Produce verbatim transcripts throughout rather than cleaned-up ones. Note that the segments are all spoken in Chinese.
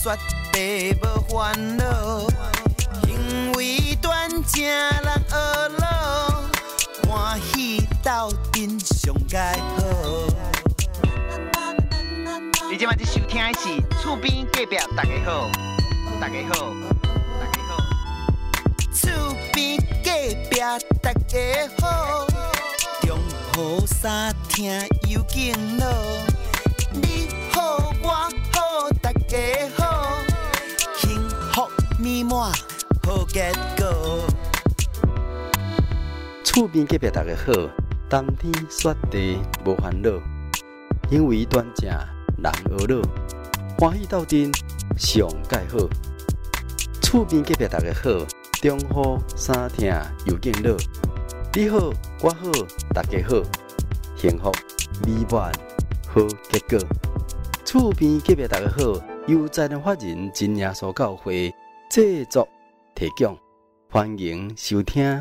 雪地无烦恼，行为端正人学老，欢喜斗阵上佳好。你今麦在收听的是厝边隔壁大家好，大家好，大家好，厝边隔壁大家好，中好三听有劲路，你好我好大家好，幸福美满好结果。 厝边隔壁大家好，冬天雪地无烦恼，因为端正人学老，欢喜斗阵上介好。厝边隔壁大家好，中好三听有劲乐，你好我好大家好，幸福美满好结果。厝边隔壁大家好，由在人法人真耶稣教会制作提供，欢迎收听。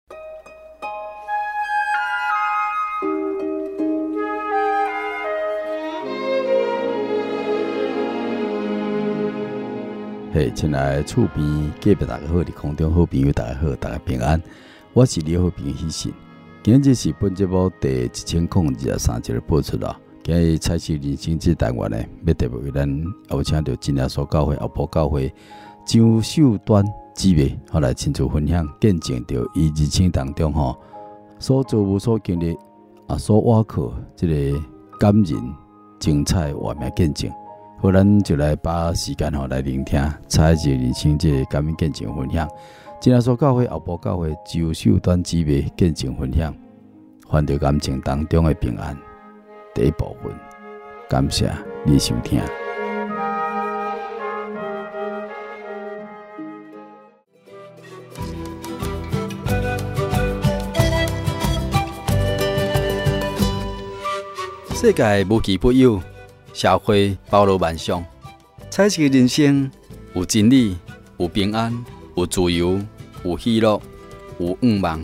嘿，亲爱的厝边隔壁大家好，伫空中好朋友大家好，大家平安。我是你好朋友喜信。今日是本节目第一千零二十三集的播出啦。今日彩色人生这单元呢，要特别为咱邀请到真耶稣教会后埔教会张秀端姊妹，后来亲自分享见证到伊日程当中吼所做无所经历啊，所挖靠这个感人精彩画面见证。好，咱就来把时间吼来聆听彩色人生这个感恩见证分享。真耶稣教会后埔教会周秀端姊妹见证分享，还到感情当中的平安第一部分。感谢你收听。世界无奇不有，社会包罗万象，彩色人生有真理，有平安，有自由，有喜乐，有愿望。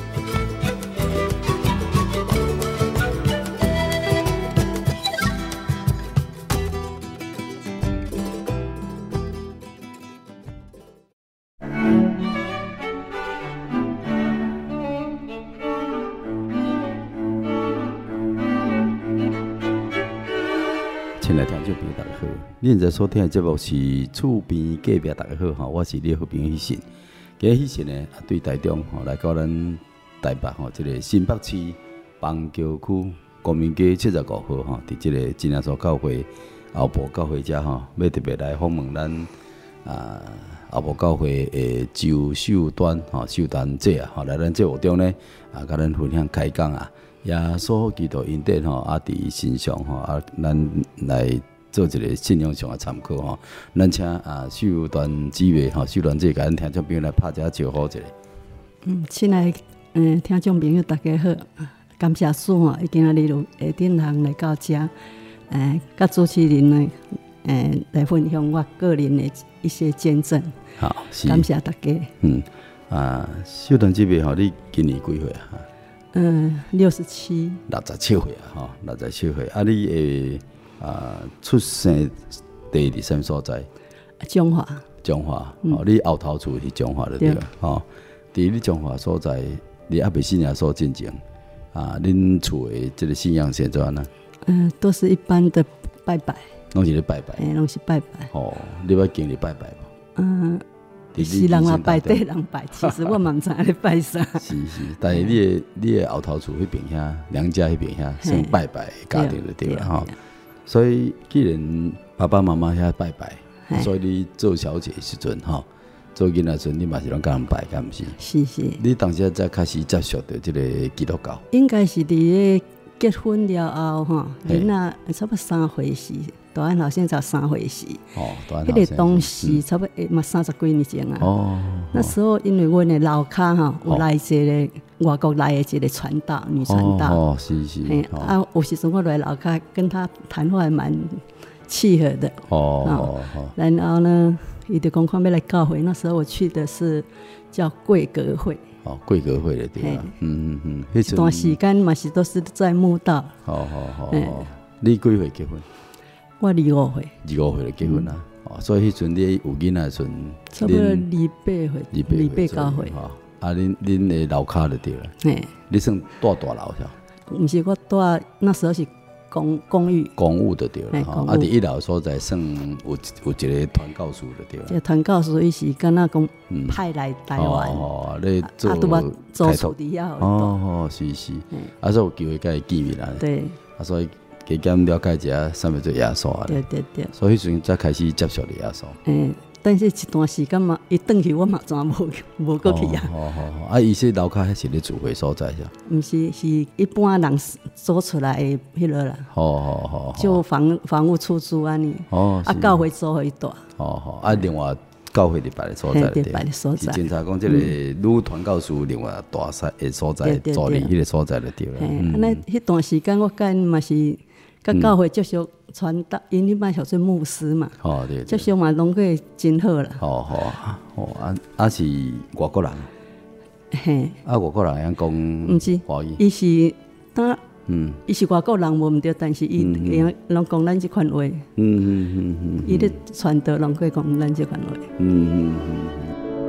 亲爱的听众朋友，大家好！你现在收听的节目是厝边隔壁大家好哈，我是你的好朋友喜信。今日喜信呢，对台中吼来到咱台北吼，这个新北市邦桥区公民街七十五号吼，伫这个真耶稣教会后埔教会遮吼，要特别来访问咱啊后埔教会的周秀端吼秀端姐啊，吼来咱节目中呢啊，甲咱分享开讲啊。耶稣基督恩典吼，啊，伫身上吼，啊，咱来做一个信仰上的参考吼。咱请啊秀端姊妹吼，秀端姐甲咱听众朋友来拍一下招呼一下。 嗯，亲爱的嗯听众朋友大家好，感谢主吼，已经仔日有下顶行来到遮，诶，甲主持人呢，诶来分享我个人的一些见证。 好， 感谢大家。 嗯啊，秀端姊妹吼，你今年几岁啊？ 嗯，六十七， 六十七岁啊，吼，六十七岁。啊，你诶啊，出生地伫什么所在？ 中华。 中华，嗯、哦，你后头厝是中华的对吧？吼，伫你中华所在，你还未信仰所进前啊，恁厝的这个信仰是怎样呢？ 嗯，都是一般的拜拜。 拢是咧拜拜。 诶、欸，拢是拜拜。 哦，你要经历拜拜无？ 嗯。是人啊拜，对人拜。其实我嘛唔知影咧拜啥。 是是，但是你的你的后头厝迄边遐，娘家迄边遐，算拜拜家庭就对了吼。所以既然爸爸妈妈遐拜拜，所以你做小姐时阵吼，做囡仔时阵你嘛是拢甲人拜，敢毋是？ 是是。 你当时才开始接触到这个基督教？ 应该是伫个结婚了后吼，囡仔差不多三岁时。大汉后生才三岁时，哦，迄个当时差不多嘛三十几年前啊。哦，那时候因为阮的楼骹哈有来一个外国来的一个传道女传道， 哦，是是， 啊，有时阵我来楼骹跟她谈话还蛮契合的。哦哦哦。然后呢，伊就讲看要来教会，那时候我去的是叫贵格会。 哦，贵格会的对吧？嗯嗯嗯， 迄段时间嘛是都是在慕道。 好好好好，你几岁结婚？ 我二五岁， 二五岁就结婚啦。 哦，所以迄阵你有囡仔阵， 差不多二八岁，二八九岁。 吼，啊，恁恁的楼骹就对了。嘿，你算住大楼是？ 毋是，我住那时候是公公寓。 公寓就对了。吼，啊，伫一楼所在算有有一个传教士就对了。 这传教士伊是敢若讲派来台湾。 哦，你做啊，拄捌做厝伫遐。 哦哦，是是。啊，所以有机会甲伊见面啦。 对。 啊，所以。加减了解一下什么叫耶稣啊？ 对对对， 所以迄阵才开始接受耶稣。 嗯，但是一段时间嘛，伊转去我嘛全无无过去啊。 哦哦哦，啊，伊说楼骹迄是咧聚会所在是？ 毋是，是一般人做出来的迄落啦。 哦哦哦， 就房房屋出租安尼。哦，啊，教会租互伊住。 哦哦，啊，另外教会伫别个所在。 对，别个所在。 是检查讲即个女传教士另外大赛的所在，助理迄个所在就对了。 嗯，安尼迄段时间我甲因嘛是。甲教会接触传道，因迄摆小做牧师嘛， 哦对， 接触嘛拢过真好啦。 哦好哦，啊啊是外国人， 嘿， 啊外国人样讲， 毋是华语， 伊是他，嗯，伊是外国人无毋对，但是伊拢讲咱即款话，嗯嗯嗯嗯，伊咧传道拢过讲咱即款话，嗯嗯嗯。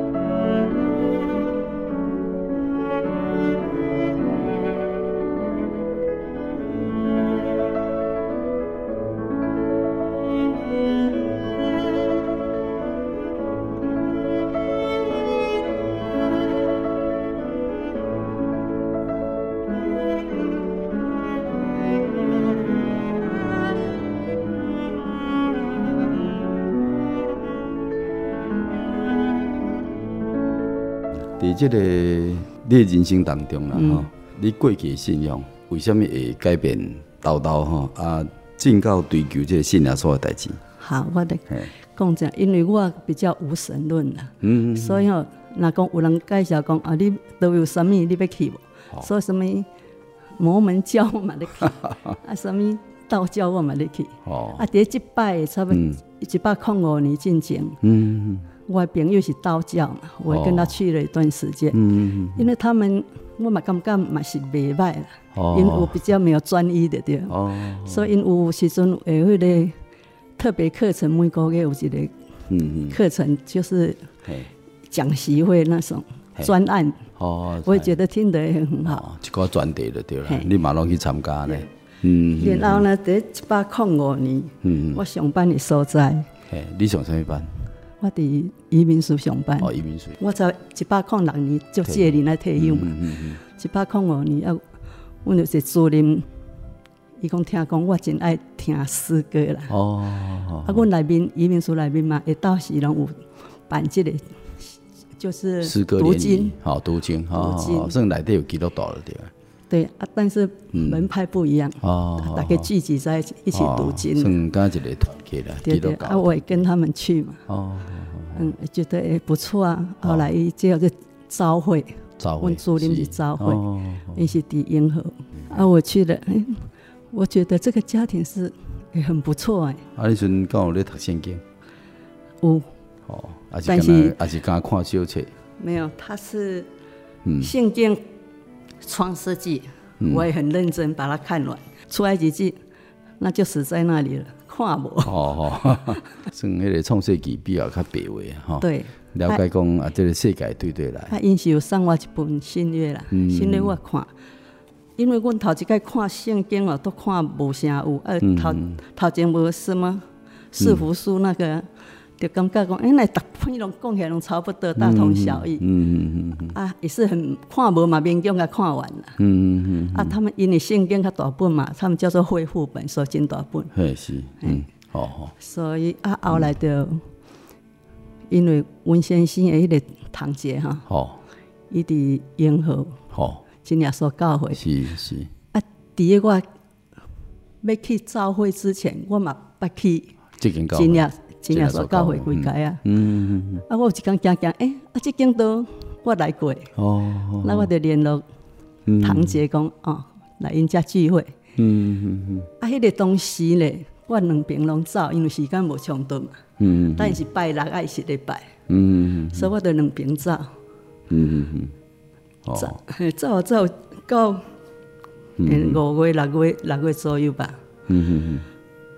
在这个你的人生当中啦，吼、嗯，你过去的信仰为什么会改变豆豆吼啊？进到追求这个信仰所有代志。 好，我得讲者，因为我比较无神论啦，嗯嗯，所以吼，若讲有人介绍讲啊，你都有啥物你要去无？所以什么摩门教我嘛咧去，啊，什么道教我嘛咧去，哦，啊，伫即摆差不多一百零五年进前，嗯。我的朋友是道教嘛，我跟他去了一段时间，嗯、因为他们我嘛感觉嘛是袂歹啦，哦、因为我比较没有专一的对，哦、所以因有时阵会迄个特别课程，每个月有一个课程，就是讲习会那种专案，哦、我也觉得听得也很好， 哦、一个专题就对了，你嘛拢去参加呢，嗯， 然后呢，在一百零五年，嗯、我上班的所在， 你上什么班？ 我伫移民署上班。 哦，移民署。 我才一百零六年就借年来退休嘛。一百零五年啊，阮就是主任，伊讲听讲我真爱听诗歌啦。哦。啊，阮内面移民署内面嘛，会到时拢有办这个，就是诗歌读经， 好读经，好，算内底有基督徒了对。 对啊，但是门派不一样，哦，大家聚集在一起一起读经， 算跟一个团体啦。 对对，啊，我也跟他们去嘛。哦，嗯，觉得也不错啊。后来伊这个朝会，朝会，阮主任是朝会，伊是伫永和。啊，我去了，哎，我觉得这个家庭是也很不错哎。 啊，你阵敢有咧读圣经？ 有。 哦，但是还是敢看小册？ 没有，他是圣经。创世纪，我也很认真把它看完。出埃及记，那就死在那里了，看无。哦哦， 算迄个创世纪比较较白话哈。 对， 了解讲啊，这个世界对对来。 他因是有送我一本新约啦，嗯、新约我看，因为阮头一摆看圣经哦，都看无啥有，啊头头前无什么四福书那个。就感觉讲，哎、欸，那逐篇拢讲起来拢差不多，大同小异。嗯嗯嗯嗯啊，也是很看无嘛，勉强甲看完啦。嗯嗯嗯啊，他们因为圣经较大本嘛，他们叫做恢复本，所以真大本。 嘿是，嗯，好好。 所以啊，后来就、嗯、因为温先生的迄个堂姐哈，好，伊伫永和，好，真耶稣教会。 是是。 啊，伫个我要去教会之前，我嘛捌去真耶。真耶稣教会几届啊！嗯嗯嗯啊，我有一天行行，诶、欸，啊，这间都我来过。哦。那我就联络堂姐讲，哦，来因家聚会。嗯嗯嗯。啊，迄、那个当时咧，我两边拢走，因为时间无冲突嘛。嗯嗯。但是拜六爱是礼拜。嗯嗯。所以我就两边走。嗯嗯嗯。走走走到五月、六月、六月左右吧。嗯嗯嗯。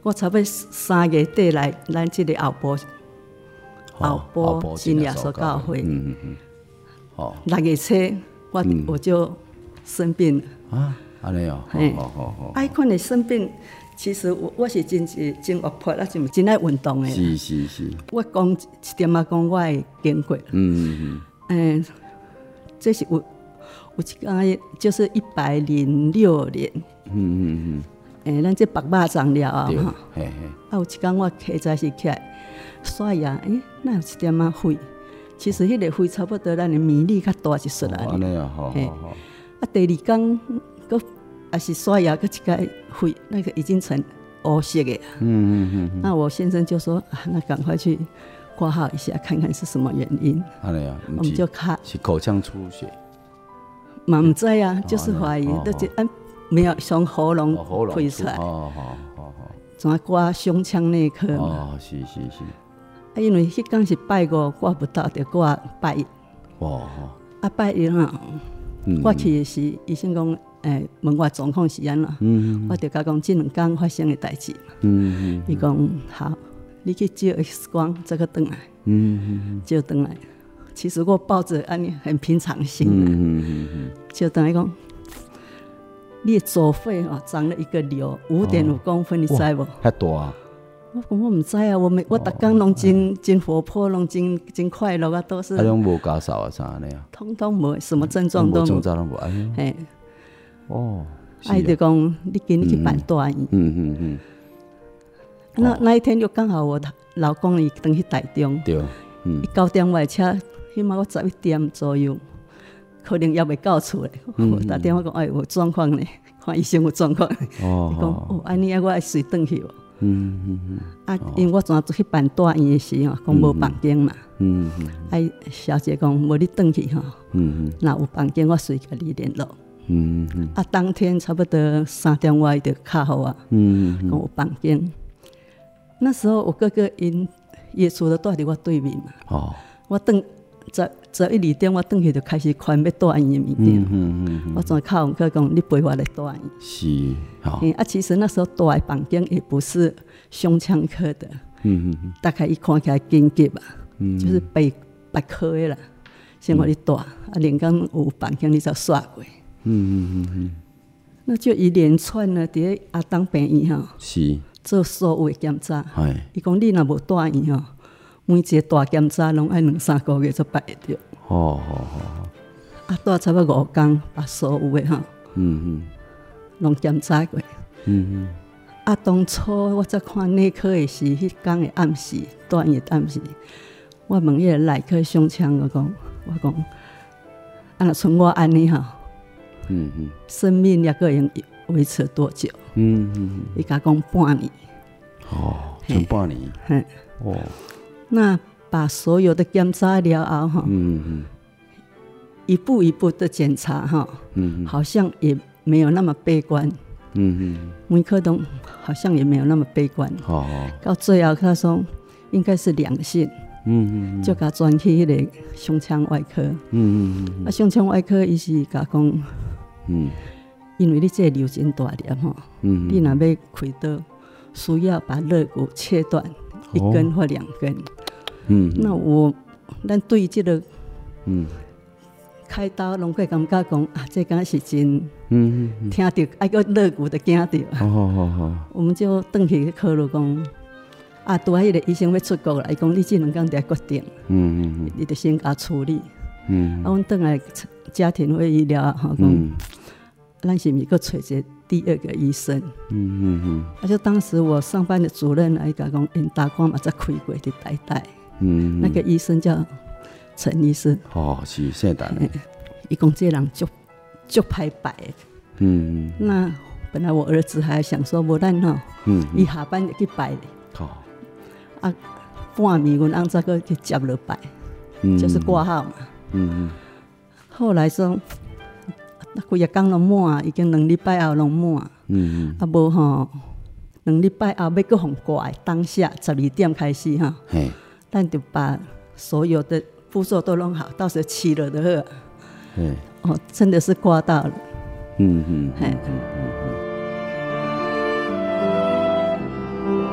我差不多三月底来咱这个后部后部真耶稣教会，嗯嗯嗯，哦，六月初我、嗯、我就生病了啊，安尼哦，好好好好， 啊，款的生病。其实我我是真是真活泼，啊，是真爱运动的。 是是是。 我讲一点仔讲我的经过。嗯嗯嗯。嗯，这是有有一个就是一百零六年。嗯嗯嗯。诶，咱这白肉粽了啊哈。嘿嘿。啊，有一天我起早时起来刷牙，诶，哪有一点仔灰？其实迄个灰差不多咱的米粒较大一撮啊。 安尼啊，好好好。 啊，第二天搁。还是刷牙，个一个灰，那个已经成黑色的。嗯嗯嗯。那我先生就说：“啊，那赶快去挂号一下，看看是什么原因。”啊，我们就看是口腔出血。 嘛唔知啊，就是怀疑，都是按没有从喉咙推出来。哦好好好。仲要挂胸腔内科嘛。 哦，是是是。 啊，因为迄天是拜五挂不到，就挂拜一。哇。啊，拜一哈，我去是医生讲。诶，问我状况是安怎，嗯、我就甲讲这两天发生的代志嘛。嗯伊、嗯、讲好，你去照 X 光，再个回来。嗯照回来，其实我抱着安尼很平常心的。嗯嗯嗯照回来讲，你的左肺吼长了一个瘤，五点五公分，哦、你知无？ 遐大啊！ 我讲我唔知啊，我每我逐天拢真真活泼，拢真真快乐啊，都是。 啊，拢无咳嗽啊啥的啊？ 通通无，什么症状都无。 症状都无，哎。嘿。 哦，啊，伊就讲你今日去办大医。嗯嗯嗯。那那一天就刚好我老公伊等去台中。对。嗯。伊九点外车，起码我十一点左右，可能也未到厝咧。我打电话讲，哎，有状况咧，看医生有状况。哦。伊讲，哦，安尼啊，我爱随转去哦。嗯嗯嗯。啊，因为我昨去办大医的时候，讲无房间嘛。嗯嗯。啊，小姐讲，无你转去吼。嗯嗯。那有房间，我随甲你联络。嗯嗯啊，当天差不多三点外就敲好啊，嗯嗯，跟我房间。那时候我哥哥因耶稣的住伫我对面嘛，哦，我等十十一二点我等去就开始看要住院的物件，嗯嗯嗯，我总敲我哥讲你陪我来住院。是，好。啊，其实那时候住的房间也不是胸腔科的，嗯嗯嗯，大概一看起来紧急啊，嗯，就是背白科的啦，先我你住，啊，连讲有房间你才刷过。嗯嗯嗯嗯，那就一连串呢，伫阿东病院吼，是做所有的检查。係，伊讲你若无住院吼，每一个大检查拢爱两三个月才办得着。哦哦哦。啊，住差不多五天，把所有的吼，嗯嗯，拢检查过。嗯嗯。啊，当初我在看内科的时，迄天的暗时，住院的暗时，我问迄个内科胸腔，我讲，我讲，啊，若像我安尼吼。嗯嗯，生命一个人维持多久？嗯嗯，伊甲讲半年。 哦，剩半年。嗯， 哦，那把所有的检查了后哈，嗯嗯，一步一步的检查哈，嗯嗯，好像也没有那么悲观。嗯嗯，每科都好像也没有那么悲观。哦，到最后他说应该是良性。嗯嗯，就甲转去迄个胸腔外科。嗯嗯啊，胸腔外科医师甲讲。嗯，因为你这个瘤真大粒吼，嗯，你若要开刀，需要把肋骨切断一根或两根。嗯，那我咱对这个嗯开刀，拢会感觉讲啊，这敢是真，嗯嗯，听到爱个肋骨的惊到。好好好好，我们就转去考虑讲，啊，拄啊，迄个医生要出国来，伊讲你这两天得决定，嗯嗯嗯，你得先甲处理。嗯，啊，阮转来家庭会议了后，讲，咱是毋是搁找一个第二个医生？嗯嗯嗯。啊，就当时我上班的主任来甲讲，因大官嘛才开过伫台大，嗯，那个医生叫陈医师。 哦，是现代。 伊讲这人足足歹拜的。嗯。那本来我儿子还想说，无咱吼，嗯，伊下班就去拜。哦。啊，半暝阮翁再搁去接落拜，就是挂号嘛。嗯嗯，后来说，规日工拢满，已经两礼拜后拢满。嗯嗯，啊无吼，两礼拜后要搁互挂的当下十二点开始哈，咱就把所有的步骤都弄好，到时候起了的呵。嗯，哦，真的是挂到了。嗯嗯嗯嗯嗯。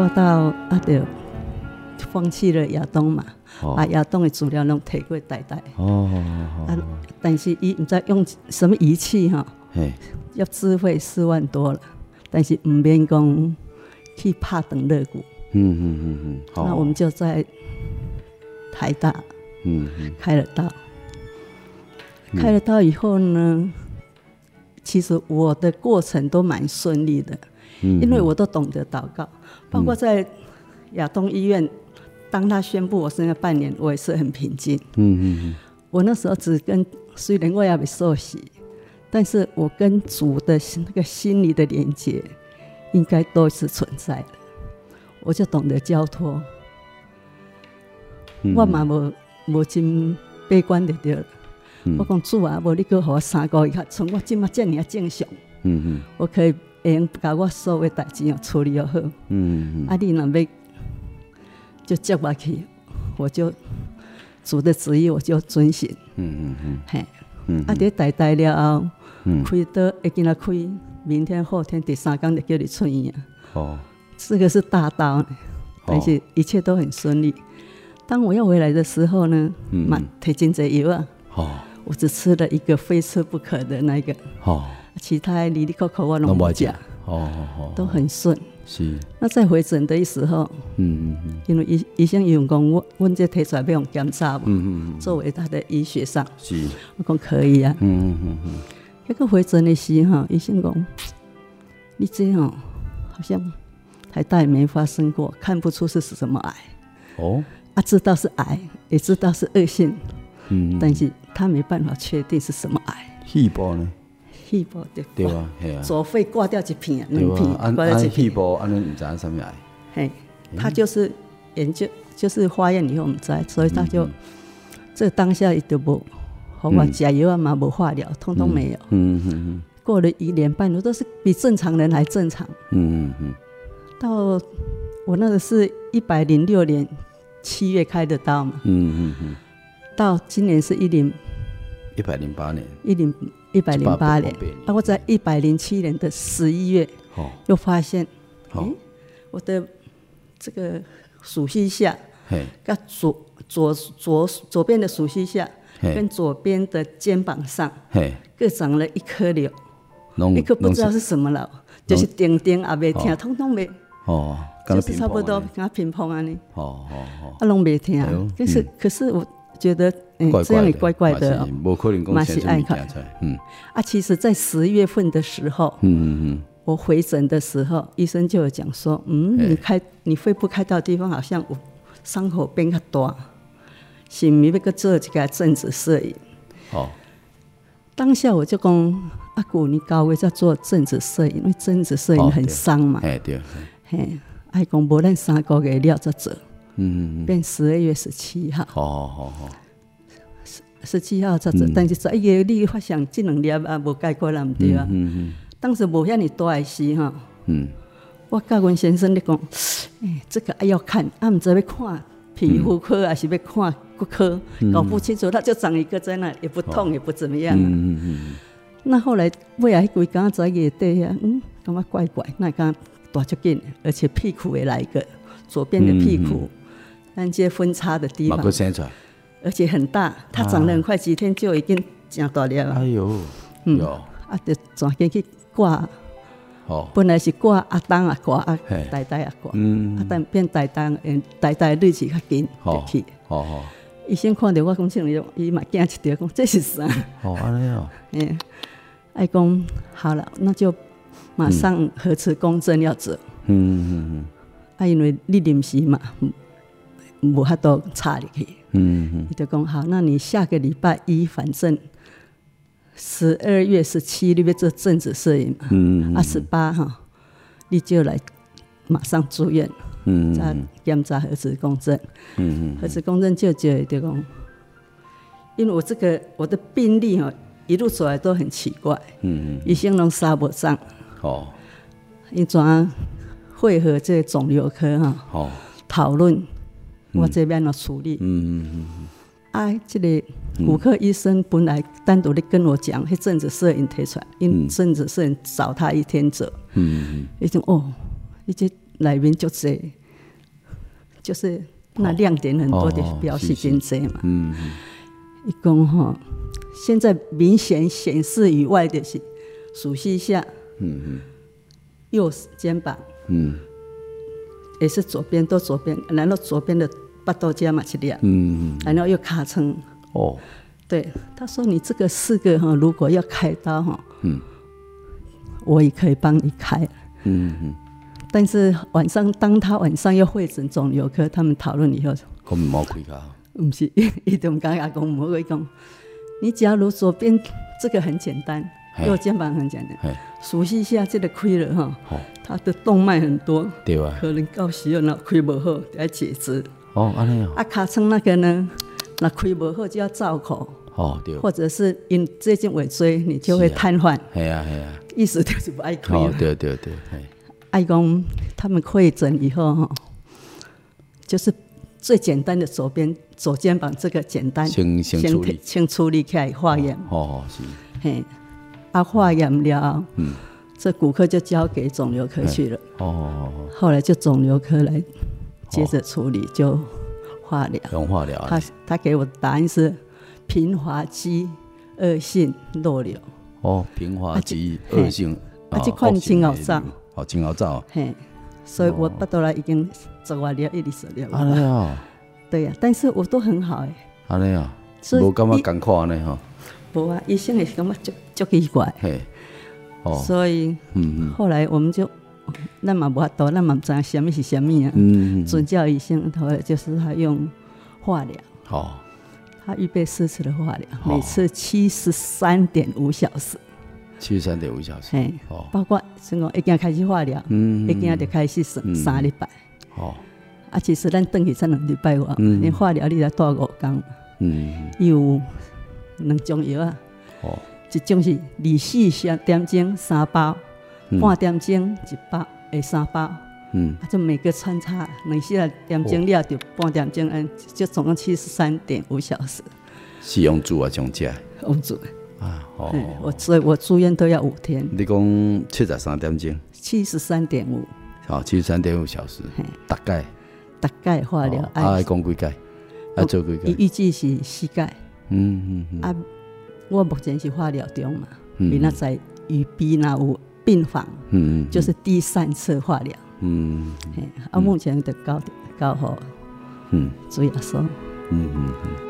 挂到啊，就放弃了亚东嘛，哦、把亚东的资料拢提过台大。哦哦啊，但是伊唔知用什么仪器哈，要自费四万多了，但是唔免讲去拍长肋骨。嗯嗯嗯嗯，那我们就在台大，嗯嗯，开了刀。开了刀以后呢，其实我的过程都蛮顺利的，嗯、因为我都懂得祷告，包括在亚东医院，当他宣布我生了半年，我也是很平静。嗯嗯嗯，我那时候只跟虽然我也没受洗，但是我跟主的那个心理的连接，应该都是存在的，我就懂得交托。嗯、我嘛无无真悲观就对了。嗯、我讲主啊，无你搁给我三个月，从我今嘛这么正常，嗯嗯，我可以会用把我所有的代志处理好。嗯嗯，啊，你若要就接我去，我就主的旨意我就遵行。嗯嗯嗯，嘿，嗯，啊，伫台大了后，嗯，开刀会今仔开，明天后天第三天就叫你出院。哦，这个是大刀，但是一切都很顺利。当我要回来的时候呢，嘛摕真侪药啊。哦。我只吃了一个非吃不可的那个，哦，其他里里口口我都没吃，哦哦，都很顺。是。那再回诊的时候，嗯嗯因为医医生有讲我，我这提出来要用检查嘛，嗯嗯作为他的医学上，是，我讲可以啊，嗯嗯嗯那个回诊的时候，医生讲，你这样好像台大也没发生过，看不出是什么癌，哦，啊，知道是癌，也知道是恶性。嗯，但是他没办法确定是什么癌。肺部呢？肺部对对啊，系啊。左肺挂掉一片，两片挂掉一片。肺部安尼唔知什么癌。嘿，他就是研究，就是化验以后唔知，所以他就、嗯、这当下就无，好吧，假药啊嘛无化疗，通通没有。嗯嗯嗯。过了一年半，我都是比正常人还正常。嗯嗯嗯。到我那个是一百零六年七月开的刀嘛。嗯嗯嗯。到今年是一零一百零八年， 一零一百零八年，啊，我在一百零七年的十一月，哦，又发现，哎、欸，我的这个属膝下，跟左左左左边的属膝下，跟左边的肩膀上，各长了一颗瘤，一颗不知道是什么了，就是丁丁也没听，通通没，哦，就是差不多跟他乒乓安尼，哦哦哦，啊，拢没听，可是可是我。觉得、欸、这样也怪怪的、哦， 不可能讲先生看。 嗯，啊，其实，在十月份的时候，嗯嗯嗯，我回诊的时候，医生就有讲说，嗯，你开你肺部开刀的地方好像有伤口变较大，是咪要搁做一个正子摄影？哦，当下我就讲，阿姑你高位在做正子摄影，因为正子摄影很伤嘛，哎、哦、对，嘿，爱讲无咱三个月了再做。嗯，变十二月十七号。哦哦哦，十七号才做，嗯、但是十一月你发现这两粒啊无解决啦，唔对啊。嗯嗯当时无遐尼大的时哈，嗯，我甲阮先生咧讲，哎、欸，这个要看，啊，唔知要看皮肤科还是要看骨科，嗯、搞不清楚，他就长一个在那，也不痛、哦、也不怎么样、啊。嗯嗯嗯。那后来尾啊，规刚十一月底啊，嗯，感觉怪怪，那刚大足紧，而且屁股也来一个，左边的屁股。嗯嗯但这分叉的地方，而且很大，它长得很快，几天就已经长大了。哎呦，嗯，啊，就转进去挂。哦，本来是挂阿当啊挂啊，呆呆啊挂，嗯，啊但变呆呆，呆呆日子较紧就去。哦哦，医生看到我讲这样，伊嘛惊一跳，讲这是啥？哦，安尼哦，嗯，爱讲好了，那就马上核磁共振要做。嗯嗯嗯，啊，因为你临时嘛。无法度插入去，嗯嗯，你就讲好，那你下个礼拜一，反正十二月十七你要做正子摄影嘛，嗯嗯，啊十八哈，你就来马上住院，嗯，再检查核磁共振，嗯嗯，核磁共振就就就讲，因为我这个我的病历哈一路走来都很奇怪，嗯嗯，医生拢杀不上，哦，因怎会和这个肿瘤科哈，哦，讨论。我这边要处理。嗯嗯嗯。啊，这个骨科医生本来单独的跟我讲，迄正子摄影提出来，因正子摄影找他一天做。嗯嗯。伊讲哦，你这内面就这，就是那亮点很多的标示真多嘛。嗯嗯。伊讲吼，现在明显显示以外的是属膝下，嗯嗯，右肩膀，嗯，也是左边都左边，然后左边的巴肚加嘛一粒，嗯嗯，然后又卡撑。哦。对，他说你这个四个哈，如果要开刀哈，嗯，我也可以帮你开，嗯嗯。但是晚上，当他晚上要会诊肿瘤科，他们讨论以后， 讲唔好开刀， 不是，伊就唔敢讲讲，唔好讲。你假如左边这个很简单，右肩膀很简单，熟悉下这个开了哈，他的动脉很多，对啊，可能到时候那开不好，得截肢。哦，安尼啊。啊，卡撑那个呢，那开不好就要造口。哦，对，或者是因接近尾椎，你就会瘫痪。系啊，系啊，意思就是不爱开。 哦，对对对， 爱公他们会诊以后哈，就是最简单的左边左肩膀这个简单， 先先处理， 先处理起来化验。哦，是。嘿，啊化验了，嗯，这骨科就交给肿瘤科去了。哦，后来就肿瘤科来接着处理，就化疗。 用化疗。 他他给我的答案是。平滑肌恶性肉瘤哦，平滑肌恶性啊，这款真好照， 哦，真好照， 嘿，所以我巴肚内已经十外粒，一直十粒。 安尼啊， 对呀，但是我都很好哎。 安尼啊，无感觉艰苦安尼吼。 无啊，医生也是感觉足足奇怪。嘿，哦，所以嗯嗯，后来我们就咱嘛无法度，咱嘛唔知影什么是什么啊。嗯嗯。准教医生后来就是他用化疗。哦。他预备四次的化疗，每次七十三点五小时。 七十三点五小时。 嘿，哦，包括成功一件开始化疗，嗯，一件就开始三三礼拜。哦，啊，其实咱等去才两礼拜哇，连化疗你才带五天。嗯，有两种药啊，哦，一种是二四小点钟三包，半点钟一包，诶三包。嗯，就每个穿插两四点钟了就半点钟，嗯，就总共七十三点五小时。 是用住啊，用食？ 用住啊，哦，我所以我住院都要五天。 你讲七十三点钟？ 七十三点五。 好，七十三点五小时，大概大概化疗。 啊，爱讲几届？爱做几届？ 预计是四届。嗯嗯嗯。啊，我目前是化疗中嘛，你那在预备那有病房，嗯嗯，就是第三次化疗。嗯，啊，目前的高高好，嗯，主要说，嗯嗯嗯。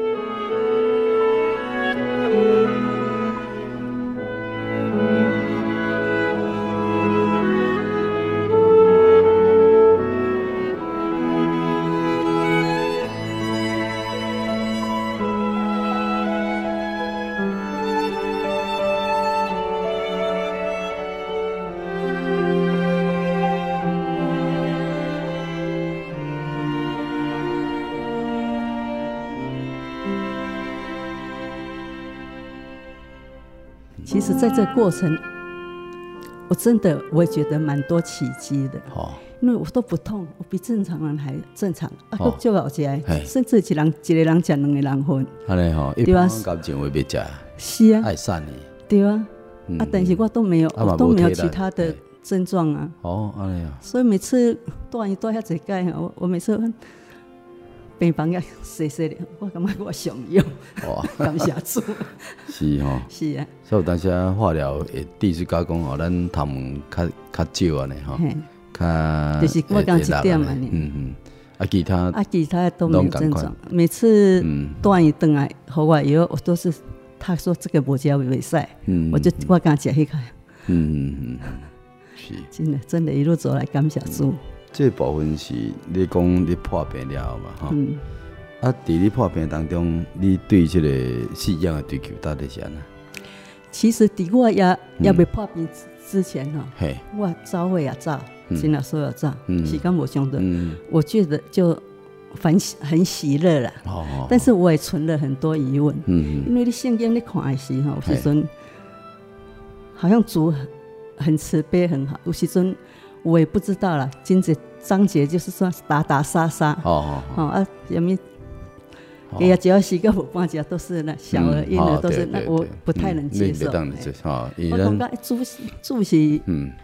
其实，在这个过程，我真的我也觉得蛮多奇迹的。哦，因为我都不痛，我比正常人还正常。啊，我就搞起来，甚至一人一个人吃两个人份。 安尼吼，一般感情会别吃。 是啊， 爱散你。 对啊，嗯、啊，但是我都没有，我都没有其他的症状啊。哦，安尼啊。所以每次住院住遐济届，我我每次。病房也细细的，我感觉我上用，感谢主。 是吼， 是啊。 所以有当时化疗会第一次加讲吼，咱头毛较较少安尼吼，较就是我讲一点嘛， 嗯嗯。啊，其他啊，其他都没有症状。每次住院回来，给我以后我都是他说这个无食袂使，我就我刚食迄个。嗯嗯嗯，是。真的真的，一路走来感谢主。 这部分是你讲你破病了后嘛，哈、嗯，啊，在你破病当中，你对这个信仰的追求到底是安怎？ 其实在我也也未破病之前哈，嗯、我早会也早，真的所有早，时间无相等，嗯、我觉得就很很喜乐啦。哦哦、但是我也存了很多疑问，嗯、因为你圣经你看的时候，有时阵好像主很慈悲很好，有时阵。我也不知道啦，金节章节就是说打打杀杀，哦哦啊，什么，哎呀，只要是个无半家都是那小儿婴儿都是那，我不太能接受。我感觉主主是嗯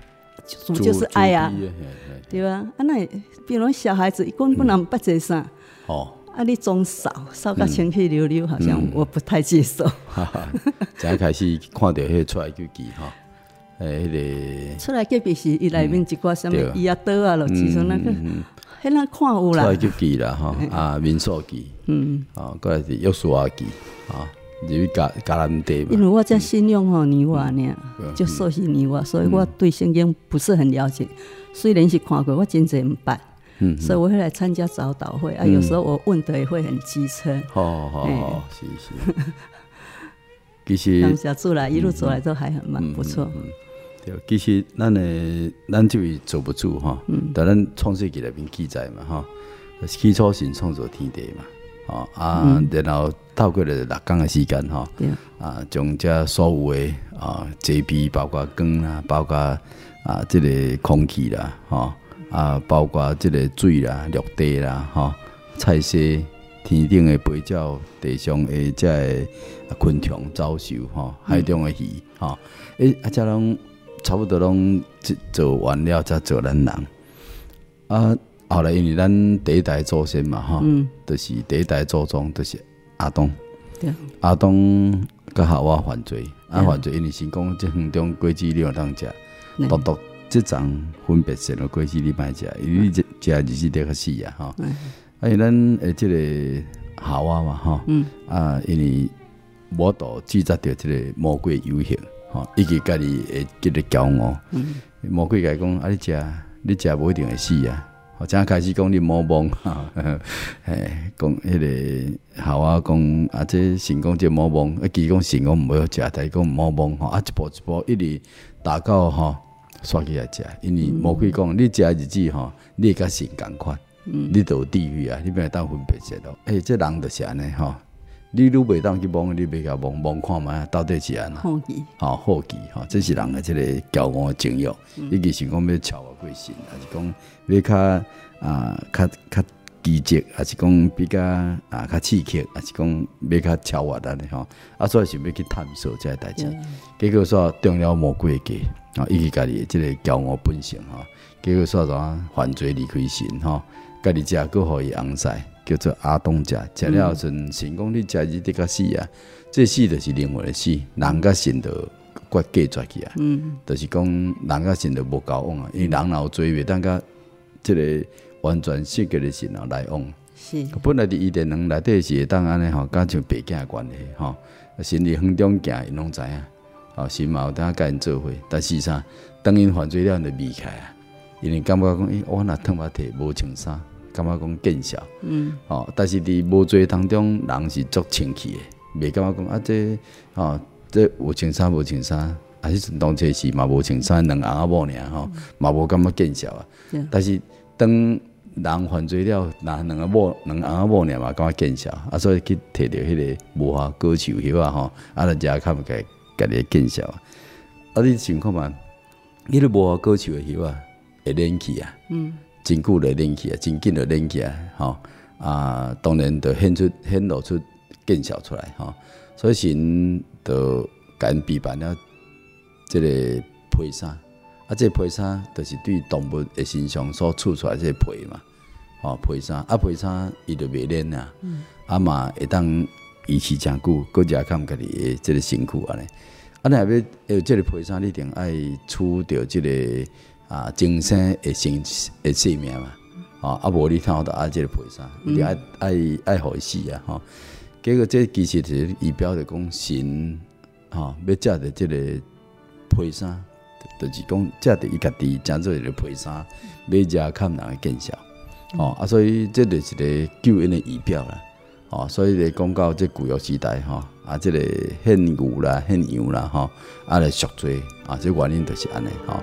主就是爱啊，对吧？啊，那比如小孩子根本人不接啥，哦，啊，你总扫扫个清气溜溜，好像我不太接受。 才开始看到迄个出来救记哈，诶，迄个出来隔壁是伊内面一寡什么伊啊刀啊，咯，其实那个，迄咱看有啦。 出来救记啦哈，啊，民俗记，嗯，啊，过来是约书亚记，啊。就是加加兰地嘛， 因为我这信用吼泥瓦呢，就熟悉泥瓦，所以我对圣经不是很了解。虽然是看过，我真侪唔捌，嗯，所以我会来参加早祷会啊。有时候我问的也会很机车。 好好好，是是。其实当下出来一路走来都还很蛮不错。 对，其实咱的咱这位做不住哈，但咱创世纪内面记载嘛哈，起初神创造天地嘛。哦啊，嗯、然後透過了六天的時間哈，啊，將這所有的啊遮蔽，包括光啦，包括啊這個空氣啦，哈啊，包括這個水啦、陸地啦，哈，菜色、天頂的飛鳥、地上的這個昆蟲、走獸，哈，海中的魚，哈、嗯，誒啊，這攏差不多攏做完了，才做咱人啊。後來因為咱第一代祖先嘛，哈、嗯，就是第一代祖宗，就是亞當。對，亞當甲夏娃犯罪，啊犯罪，因為神講這園中果子你有當食，獨獨這種分別善惡果子你莫食，因為你食日子得較死啊，哈。啊，因咱誒這個夏娃嘛，哈，嗯、啊，因為無度記載到這個魔鬼遊行，哈，伊個家己會記得驕傲，嗯、魔鬼甲伊講啊，你食，你食無一定會死啊。我正開始講你摸摸哈，誒講迄個夏娃講啊，這神講這摸摸，啊，其講神講唔好食，但係講摸摸吼，啊一步一步一直打到吼刷起來食，因為魔鬼講你食日子吼，你會甲神共款，嗯、你到地獄啊，你袂當分別食咯。誒、欸，這人就是安尼吼，你愈袂當去摸，你袂甲摸摸看覓到底是安怎？好奇，吼好奇吼，這是人的這個驕傲的情慾，伊其實講要超越過神，還是講要較啊較較積極，還是講比較啊較刺激，還是講要較超越安尼吼，啊所以是要去探索這個代志。結果說中了魔鬼嘅計，啊，伊己家己的這個驕傲本性吼，結果說怎犯罪離開神吼，家己食個互伊翁婿。叫做亞當食，食了後陣神講你食日得較死啊，這死就是靈魂的死，人甲神就割隔絕去啊，嗯，就是講人甲神就無交往啊，因為人若做袂當甲即個完全聖潔的神啊來往，是，本來佇伊甸園內底是會當安尼吼，甲像爸囝的關係吼，神佇園中行，因攏知影，吼神嘛有當甲因做伙，但是啥，當因犯罪了，因就離開啊，因為感覺講，咦，我若脫把體無穿衫。感覺講見笑，嗯，哦，但是佇無罪當中，人是足清氣的，袂感覺講啊，這哦，這有穿衫無穿衫，啊，迄陣當初是嘛無穿衫，兩翁仔某爾吼，嘛無感覺見笑啊。嗯、但是當人犯罪了，那兩個某兩翁仔某爾嘛感覺見笑，啊，所以去摕到迄個無花果樹葉啊吼，啊，人家較唔該家己見笑啊。啊，你想看嘛？迄個無花果樹的葉啊，會冷氣啊。嗯。真久就冷起啊，真緊就冷起啊，吼啊，當然就顯出顯露出見效出來吼，所以神就甲因備辦了這個皮衫，啊，這個皮衫就是對動物的身上所出出來這個皮嘛，吼皮衫，啊皮衫伊就袂冷啊，嗯、啊嘛會當維持真久，閣食看家己的這個身軀安尼，啊，你若要有這個皮衫，你一定愛取到這個。啊，精神會生會生命嘛，哦，啊無你看到啊，這個皮衫，一定愛愛愛互伊死啊，吼。結果這其實就是儀表就講神，吼，要借着這個皮衫，就是講借着伊家己整做一個皮衫，要食看人的見效，哦，啊，所以這就是個救恩的儀表啦，哦，所以咧講到這舊約時代，吼，啊，這個獻牛啦、獻羊啦，吼，啊來贖罪，啊，這原因就是安尼，吼。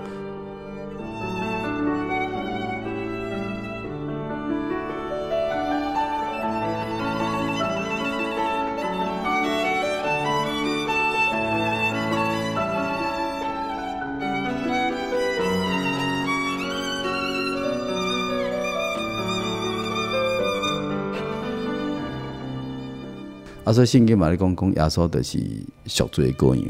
啊，所以聖經嘛咧講講耶穌就是贖罪的羔羊，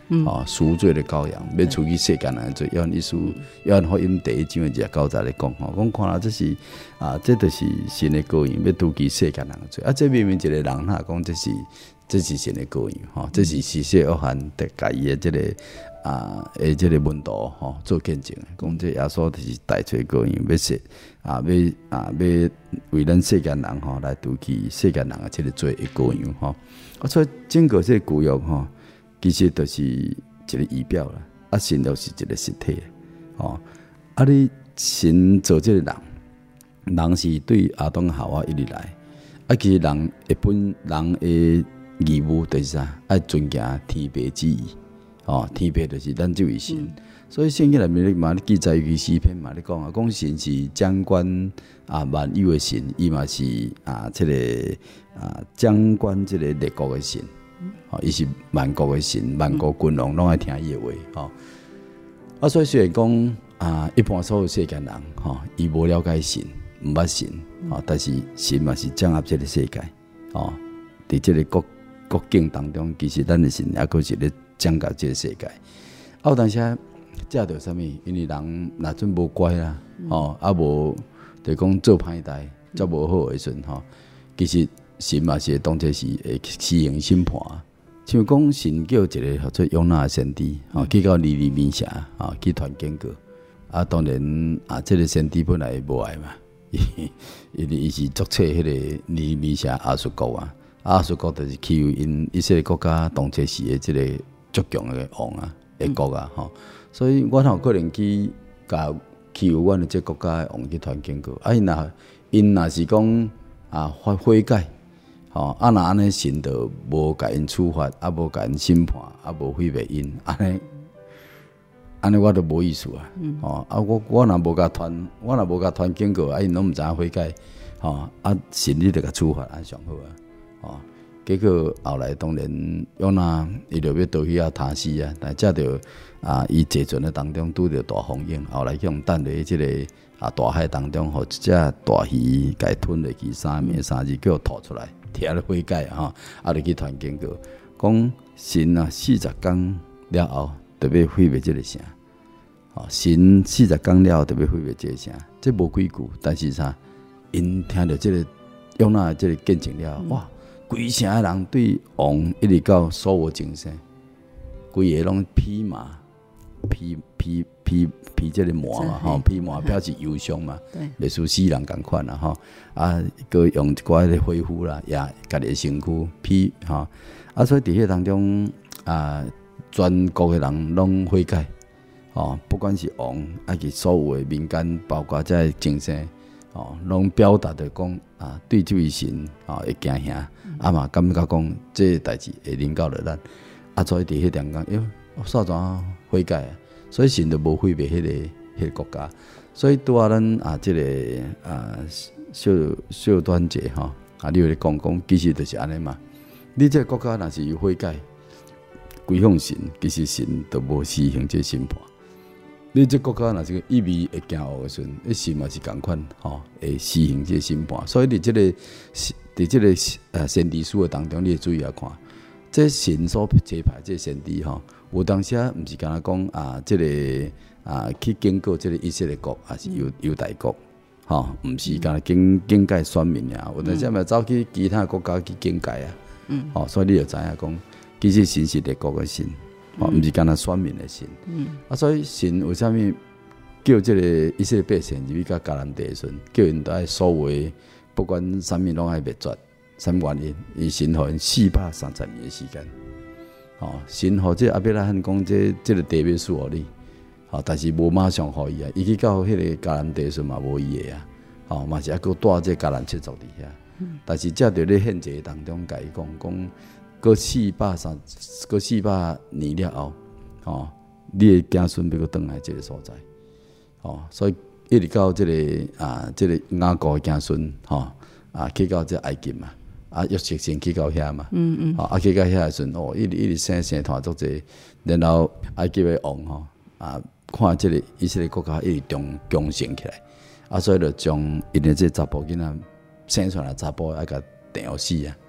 嗯、 哦，赎罪的羔羊，要除去世间人的罪。约翰一书，约翰福音第一章的九节咧讲，吼，讲看啦，这是啊，这就是神的羔羊，要除去世间人的罪。啊，这明明一个人呐，讲这是这是神的羔羊，吼，这是施洗约翰特家己的这个啊，诶，这个门徒吼做见证，讲这耶稣就是大吹羔羊，要说啊，要啊，要为咱世间人吼来除去世间人的这个罪的羔羊，吼。啊，所以整个这个旧约吼。其實就是一個儀表啦，啊神就是一個實體，哦，啊你神做這個人，人是對亞當夏娃一直來，啊其實人一本人的義務就是啥，愛遵行天父旨意，哦，天父就是咱這位神，嗯、所以聖經裡面嘛，你記載於詩篇嘛，你講啊，講神是掌管啊萬有的神，伊嘛是啊這個啊掌管這個列國的神。哦，伊是萬國嘅神，萬國君王攏愛聽伊嘅話，吼、嗯。啊，所以雖然講啊，一般所有世間人，吼、哦，伊無了解神，毋捌神，吼、哦，但是神嘛是掌握這個世界，哦，佇這個國國境當中，其實咱嘅神也閣是咧掌握這個世界。啊，有當時啊，遮着啥物？因為人若準無乖啦，吼、嗯，啊無就講做歹代，則無好嘅時陣，吼、哦，其實。神嘛是會當作是會施行審判，像講神叫一個叫做約拿的先知，吼、嗯，去到尼尼微城，吼，去傳警告。啊，當然啊，這個先知本來無愛嘛，因為伊是作冊迄個尼尼微城亞述國啊，亞述國就是欺負因以色列國家當作是的這個足強的王啊，的國啊，吼、嗯，所以我哪有可能去甲欺負阮的這個國家的王去傳警告？啊，因若因若是講啊悔悔改。哦，啊那安尼神就無甲因處罰，啊無甲因審判，啊無毀滅因，安尼安尼我都無意思啊。嗯、哦，啊我我若無甲傳，我若無甲傳警告，啊因攏毋知影悔改，哦，啊神你著甲處罰，安上好啊。哦，結果後來當然約拿伊著要倒去啊他死啊，但則著啊伊坐船的當中拄着大風湧，後來叫人等咧即個啊大海當中，互一隻大魚甲伊吞落去，三暝三日叫吐出來。聽了悔改啊，啊，就去傳警告，講神啊，四十天了後，特別毀滅這個城。哦，神四十天了後，特別毀滅這個城。這無幾句，但是啥？因聽到這個約拿這個見證了，嗯、哇！規城的人對王一直到所有精神，規個攏披麻、披披披披這個麻嘛，吼，披麻表示憂傷嘛，類似死人共款啦，吼。啊，佮用一寡咧恢復啦，也家己身軀披吼，啊，所以佇迄當中啊，全國嘅人攏悔改，哦，不管是王，還是所有嘅民間，包括即個精神，哦，攏表達着講啊，對這位神啊會驚嚇，啊嘛感覺講這個代誌會臨到着咱，啊，所以佇迄點講，喲，煞怎悔改啊？所以神就無毀滅迄個迄、那個國家，所以拄啊咱啊，即、這個啊。小小端節吼，啊！你有咧講講，其實就是安尼嘛。你這個國家若是有悔改，歸向神，其實神都無施行這審判。你這個國家若是一味會行惡嘅時陣，一神嘛是共款吼，會施行這審判。所以佇這個佇這個誒先知書嘅當中，你會注意下看，這神所設派這先知吼，有當時啊，毋是干那講啊，這個啊去經過這個以色列國，還是猶猶大國。吼，毋、哦、是干警警戒選民呀，有陣時咪走去其他國家去警戒啊。嗯，吼、哦，所以你就知影講，其實神是列國嘅神，吼、哦，毋、嗯、是干那選民嘅神。嗯，啊，所以神為啥物叫這個以色列百姓入去甲迦南地時陣，叫因都愛所為不管啥物攏愛滅絕，啥物原因？伊神互因四百三十年嘅時間。吼、哦，神互這亞伯拉罕講，這這個地要賜互你。吼，但是無馬上互伊啊，伊去到迄個迦南地時嘛無伊個啊，吼嘛是抑閣帶這迦南七族佇遐，嗯、但是則佇咧獻祭當中甲伊講講，過四百三，過四百年了後，吼，你的子孫要閣轉來這個所在，吼，所以一直到這個啊，這個雅各的子孫，吼啊去到這埃及嘛，啊約瑟先去到遐嘛，嗯嗯，啊去到遐的時陣，哦，一直一直生生團足濟，然後埃及的王吼啊。看這個以色列國家一直強強盛起來，啊，所以就將因的這查甫囡仔生出來查甫愛甲電死啊，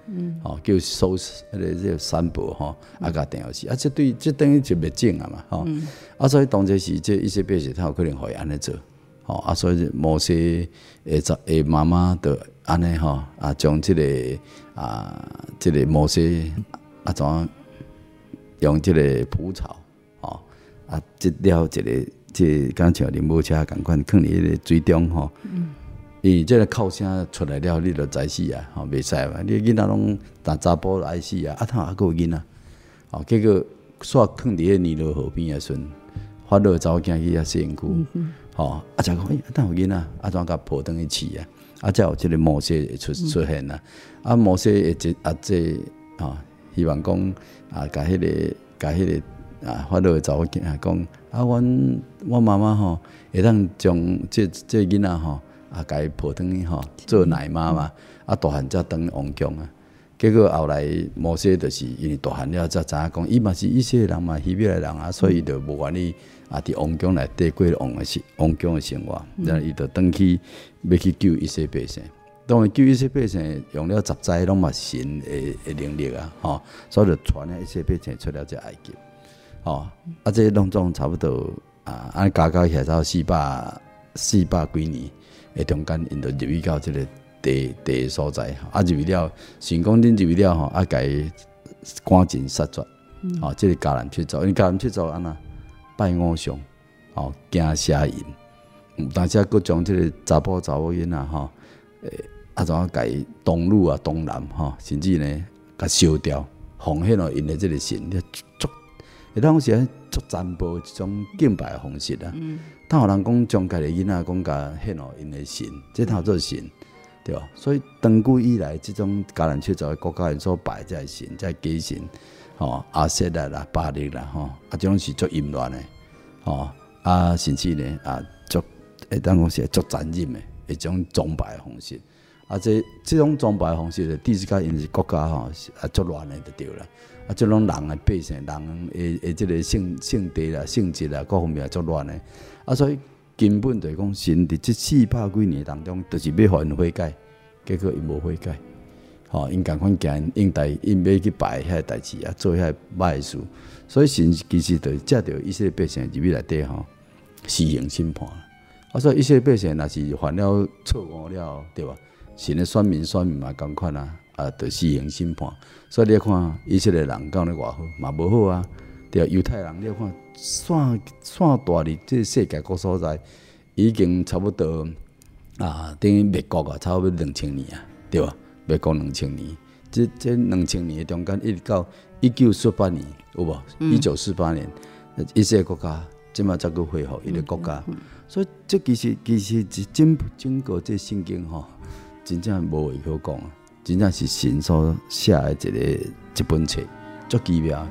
嗯，哦，叫收迄个这个三伯吼，啊，甲定死，啊，这对这等于就灭种啊嘛，吼、嗯，啊，所以当这时这一些变数，他有可能会安尼做，吼，啊，所以摩西诶，诶妈妈就安尼吼，啊，将这个啊，这个摩西啊，怎用这个蒲草，吼，啊，即了一个，即敢像林母车共款，放伫迄个水中吼。嗯，伊即个哭声出来了，你就知死啊！吼，袂使嘛！你囡仔拢打查甫爱死啊！啊，头还佫有囡仔，吼，结果煞囥伫迄尼罗河边诶时阵，法老走囝去遐洗身躯，吼、啊，啊，才讲，哎，啊，有囡仔，啊，怎甲抱转去饲啊？啊，才有即个摩西会出出现啊！啊，摩西会即啊，即吼，希望讲啊，甲迄、那个，甲迄个啊，法老会走囝讲，啊，阮我妈妈吼，会当将即即囡仔吼。啊，甲伊抱转去吼，做奶妈嘛，啊，大汉才当王宫啊。结果后来摩西就是因为大汉了，才知影讲，伊嘛是以色列人嘛，希伯来人啊，所以伊就无愿意啊，伫王宫内底过王的生王宫的生活，然后伊就转去要去救以色列百姓。当然救以色列百姓用了十灾，拢嘛神的的能力啊，吼，所以就传了以色列百姓出了这埃及，吼，啊，这拢总差不多啊，安加加起来到四百四百几年。诶，中间因就入去到即个地地所在，啊入去了，成功恁入去了吼，啊甲伊赶尽杀绝，嗯、哦，即、这个迦南七族，因为迦南七族安那拜偶像，哦，惊邪淫，但是佫将即个查甫查某囡仔吼，诶，啊怎啊甲伊东女啊东南吼，甚至呢甲烧掉，奉献了因的即个神，足，会当是足残暴一种敬拜的方式啊。嗯，他有人讲将家己囡仔讲甲献互因的神，这头做神，对吧？所以长久以来，这种迦南七族的国家人所拜这神，这假神，吼阿瑟啦啦、巴力啦，吼啊，这种是足淫乱的，吼啊，甚至呢啊，足会当讲是足残忍的一种崇拜的方式。啊，这这种崇拜的方式，第四个因是国家吼啊足乱的就对了。啊，即种人的百姓，人诶诶，即个性性地啦、性质啦，各方面足乱诶。啊，所以根本就是讲，神伫即四百几年当中，就是要互因悔改，结果因无悔改，吼、哦，因共款行因代因要去拜遐代志啊，做遐歹事，所以神其實就借着以色列百姓入去內底吼，施行審判。啊，所以以色列百姓若是犯了錯誤了，對吧？神的選民選民嘛共款啊。啊，就施行審判，所以你看以色列人講得偌好，嘛無好啊。對，猶太人你看散散大入這世界各所在，已經差不多啊，等於滅國啊，差不多兩千年啊，對吧？滅國兩千年，這這兩千年中間一直到一九四八年，有無？一九四八年，以色列國家即馬才去恢復伊個國家，嗯嗯嗯、所以這其實其實是經經過這聖經吼，真正無話可講啊。真正是神所寫的一個一本冊，足奇妙。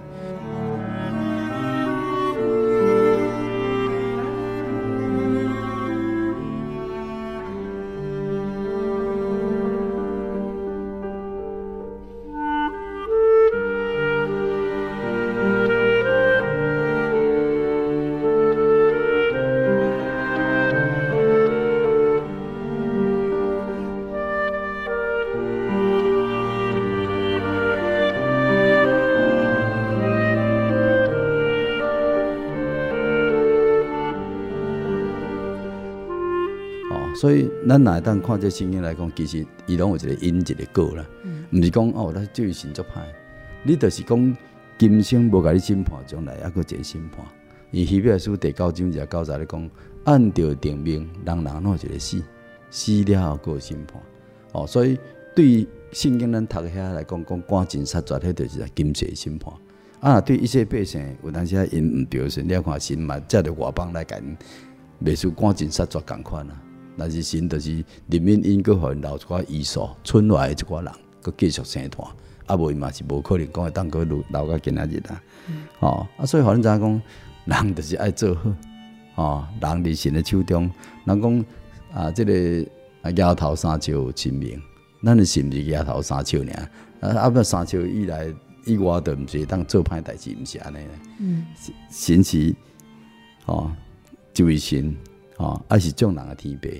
所以，咱若会当看这圣经来讲，其实伊拢有一个因一个果啦，毋、嗯、是讲哦，咱就是神足歹，你就是讲今生无甲你审判，将来还佫一个审判。伊希伯来书第九章就九十咧讲，按照定命，人人拢有一个死，死了后佫有审判。哦，所以对于圣经咱读遐来讲，讲赶尽杀绝，迄就是今世审判。啊，对一些百姓有当时啊因毋对神，你要看神嘛，借着外邦来甲因，袂输赶尽杀绝共款啊。但是神就是人民因佫互因留一寡遗孀，村外的一寡人佫继續生團，啊無伊嘛是無可能講會當佫留留到今仔日啦。嗯、哦，啊所以互恁知影講，人就是愛做好，哦，人佇神的手中，人講啊，即、這個丫頭三笑親命，咱的是毋是丫頭三笑爾？啊啊不三笑以來以外，就毋是當做歹代志，毋是安尼咧。嗯，神是哦，一位神哦，啊是眾人的天父。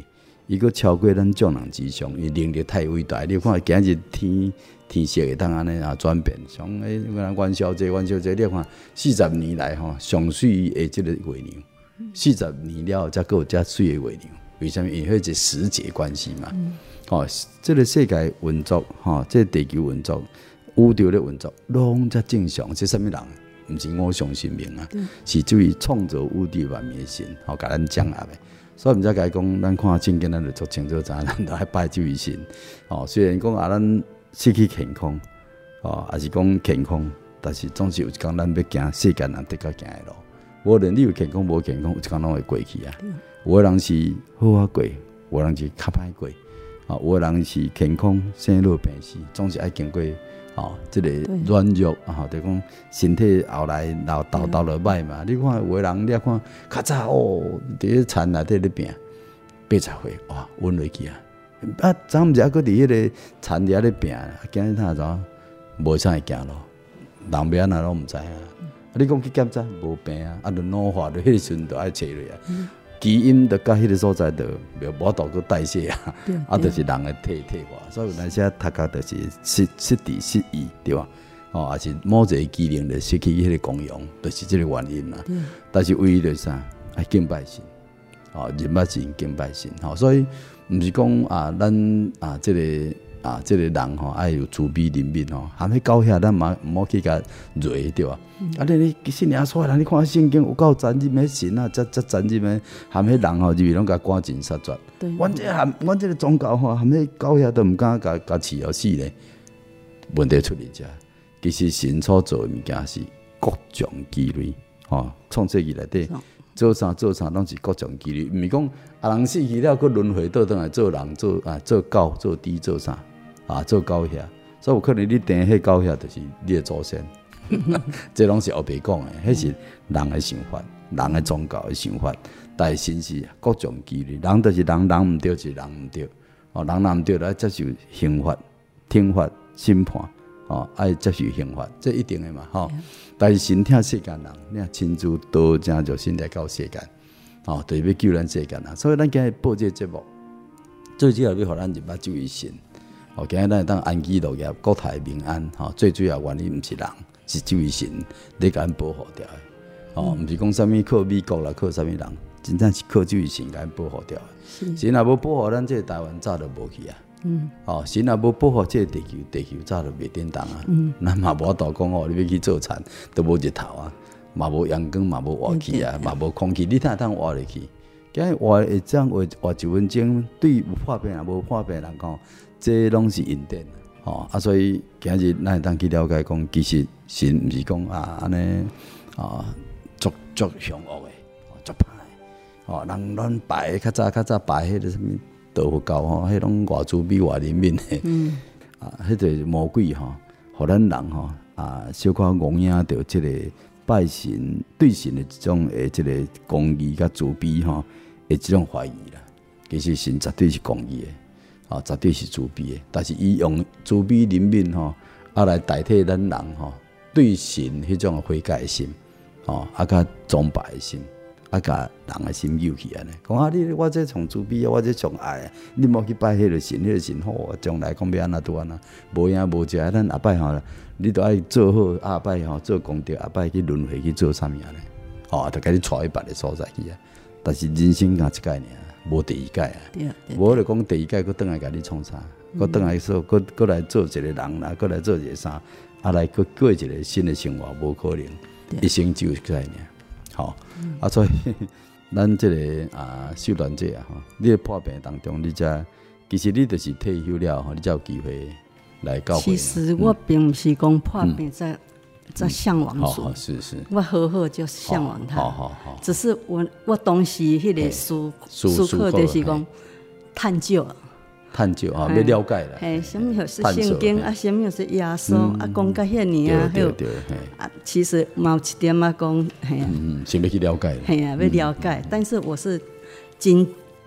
伊佫超过咱众人之上，伊能力太伟大。你看今日天天色会当安尼啊转变，像诶，咱元宵节，元宵节你看四十年来吼上水诶即个月亮，四十年了才佫有遮水诶月亮，为什么？因为迄个时节关系嘛。嗯哦，这个世界运作，吼、哦，这个地球运作，宇宙咧运作，拢则正常。是啥物人？毋是我相信命啊，是这位创造宇宙万物的神，吼、哦，甲咱掌握的。所以毋则甲伊讲，咱看圣经，咱就足清楚知，咱都爱拜这位神。哦，虽然讲啊，咱失去健康，哦，也是讲健康，但是总是有一天咱要行世间人得较行的路。无论你有健康无健康，有一天拢会过去啊。有的人是好啊过，有的人是较歹过。啊，有的人是健康生老病死，总是爱经过哦，这个软弱啊，就讲身体后来老倒倒落歹嘛。你看有的人，你看较早哦，伫咧田内底咧拼八十岁，哇，稳落去啊！啊，昨毋是还佫伫迄个田底咧拼，今日他怎无啥会行咯？人命啊，拢毋知啊。啊，你讲去检查无病啊，啊，就老化，就迄个时阵就爱找落啊。嗯基因就到迄个所在就无无度去代谢啊，啊，就是人的退退化，所以有阵时读家就是失失智失忆，对吧？哦，也是某一个机能就失去迄个功用，就是这个原因啦。但是唯一就是啥，爱敬拜神，哦，人捌神敬拜神，吼、哦，所以毋是讲啊，咱啊，这个啊，这个人吼、哦，爱有慈悲怜悯吼，含迄狗遐咱嘛毋好去甲蹂，对吧？嗯、啊，你你信仰出来，你看圣经有够残忍的神啊，则则残忍的，含迄人吼，入面拢甲赶尽杀绝。对，阮这含阮这个宗教吼，含迄狗遐都毋敢甲甲饲互死咧。问题出伫遮，其实神所做的物件是各种机律，吼，创世纪内底做啥做啥拢是各种机律，毋是讲啊人死去了，佫轮回倒转来做人做啊做狗做猪做啥啊做狗遐，所以有可能你订迄狗遐就是你的祖先。这拢是后白讲的，迄是人的想法，人的宗教的想法。但是神是各种机律，人就是人，人毋对就是人毋对。哦，人若毋对，来接受刑罚、听法、审判，哦，爱接受刑罚，这一定的嘛，吼、哦。但是神疼世间人，你看亲自道成就身来到世间，哦，就是要救咱世间人。所以咱今日播这个节目，最主要要互咱入捌这位神。哦，今日咱会当安居乐业，国泰民安，吼、哦，最主要原因毋是人。是这位神咧甲咱保护掉的，哦，毋是讲啥物靠美国啦，靠啥物人，真正是靠这位神甲咱保护掉的。神若无保护咱，这个台湾早就无去啊。嗯，哦，神若无保护这个地球，地球早就袂颠动啊。嗯，咱嘛无法度讲哦，你要去做田，都无日头啊，嘛无阳光，嘛无活气啊，嘛无空气，你哪通活入去？今日活会这样活活一分钟，对有破病也无破病人讲，这拢是因典。哦，啊，所以今日咱会当去了解讲，其实神毋是讲啊安尼啊，足足凶恶的，足歹的。哦，人咱拜较早较早拜迄个什物道佛教吼，迄种偌慈悲偌怜悯的。嗯。啊，迄个魔鬼吼，互咱人吼啊，小可误影着即个拜神对神的即种诶，即个公义甲慈悲吼，诶，即种怀疑啦。其实神绝对是公义的。啊，绝对是慈悲的，但是伊用慈悲怜悯吼，啊来代替咱人吼对神迄种悔改的心，吼啊甲崇拜的心，啊甲人的心扭起安尼。讲啊，你我这从慈悲啊，我这从爱，你莫去拜迄个神，迄、那个神好，将来讲要安怎拄安怎，无影无食，咱下摆吼，你都爱做好，下摆吼做功德，下摆去轮回去做啥物安尼，吼，就甲你带去别个所在去啊。但是人生敢一概念。无第二届啊，无就讲第二届，佫倒来甲你创啥，佫倒来说，佫佫来做一个人啦，佫来做一个啥，啊来佫过一个新的生活，无可能，一生只有一个尔，吼、嗯，啊所以咱这个啊修炼者啊，吼，你破病当中，你才其实你就是退休了吼，你才有机会来教会。 其实我并不是讲破病在。嗯在向往主、 嗯，是是， 我好好就向往他， 好好好。 只是我我当时迄个书书课就是讲探究， 探究啊，要了解啦。 嘿，什么是圣经啊？什么是耶稣、嗯、啊？讲到遐尼啊， 对对对。 啊，其实嘛有一点啊，讲嘿啊， 嗯，先要去了解。 嘿啊，要了解、嗯，但是我是真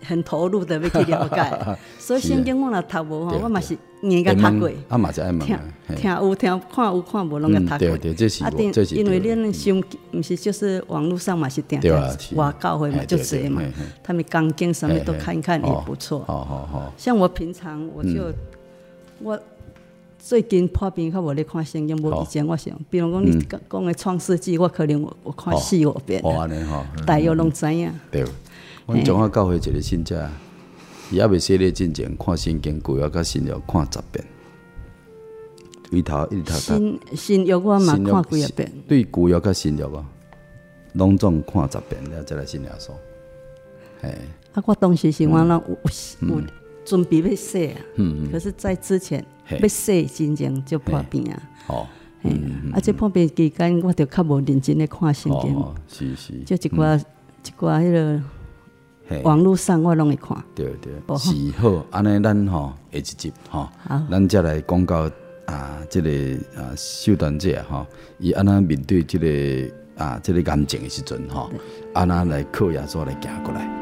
很投入的要去了解。所以圣经我若读无吼，我嘛是硬甲读过。 啊嘛是爱问听听有听看有看无拢甲读过。 对对，这是这是。 因为恁相毋是就是网络上嘛是定定外教会嘛就侪嘛，他们钢筋什么都看一看也不错。 好好好。像我平常我就我。最近破病较无咧看圣经，无以前我想，比如讲你讲的创世纪，我可能我我看四五遍， 哦安尼吼， 大约拢知影。 对，阮中华教会一个信者，伊还未洗礼之前看圣经旧约甲新约看十遍，从头一直读。 新新约我嘛看几遍。 对旧约甲新约啊，拢总看十遍了再来信耶稣。嘿， 啊，我当时是我拢有有准备要洗啊，可是在之前。要洗真正就破病啊！哦，嗯，啊，这破病期间，我就较无认真咧看圣经， 哦，是是， 就一寡一寡迄个网络上我拢会看。 对对，是好，安尼咱吼下一集吼，咱再来讲到啊，这个啊受断者吼，伊安那面对这个啊这个癌症的时阵吼，安那来靠耶稣来行过来。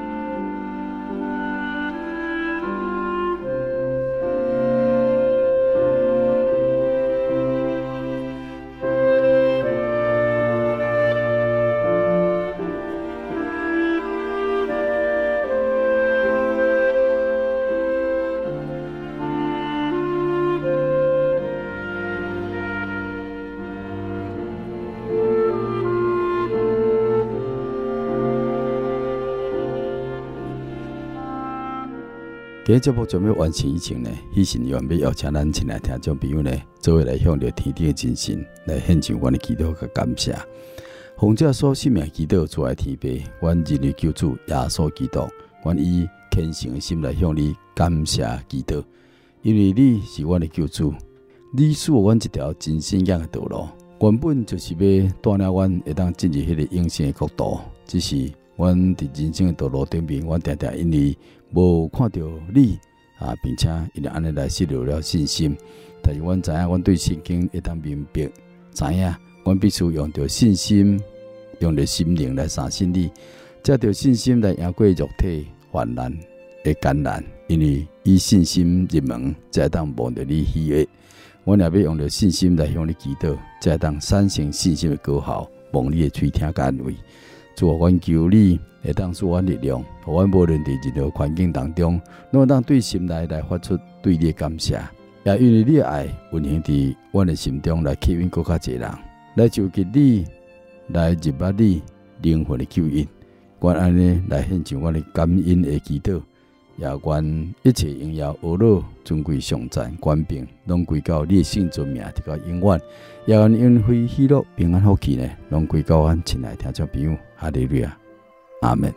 今日节目准备完成以前呢，喜信愿要邀请咱亲爱听众朋友呢，做伙来向着天地的真神来献上阮的祈祷和感谢。奉这所性命祈祷出来天父，阮人类救主耶稣基督，阮以虔诚的心来向你感谢祈祷，因为你是阮的救主，你赐阮一条真信仰的道路，原本就是要带领阮会当进入迄个永生的国度，只是阮伫人生的道路顶面，阮常常因为无看到你啊，并且因为安尼来失去了信心。但是阮知影，阮对圣经会当明白，知影阮必须用着信心，用着心灵来相信你，借着信心来赢过肉体患难的艰难。因为以信心入门，才当望着你喜悦。阮也要用着信心来向你祈祷，才当产生信心的果效，望你的垂听甲安慰。主啊，阮求你会当赐阮力量，互阮无论伫任何环境当中，拢当对心内来发出对你的感谢，也因为你的爱运行伫阮的心中，来吸引更较侪人，来求集你，来入捌你灵魂的救恩。阮安尼来献上阮的感恩的祈祷，也愿一切荣耀、恶乐、尊贵、上赞、冠冕，拢归到你的圣尊名，直到永远。也愿恩惠、喜乐、平安、福气呢，拢归到阮亲爱听众朋友。哈利路亚，阿门。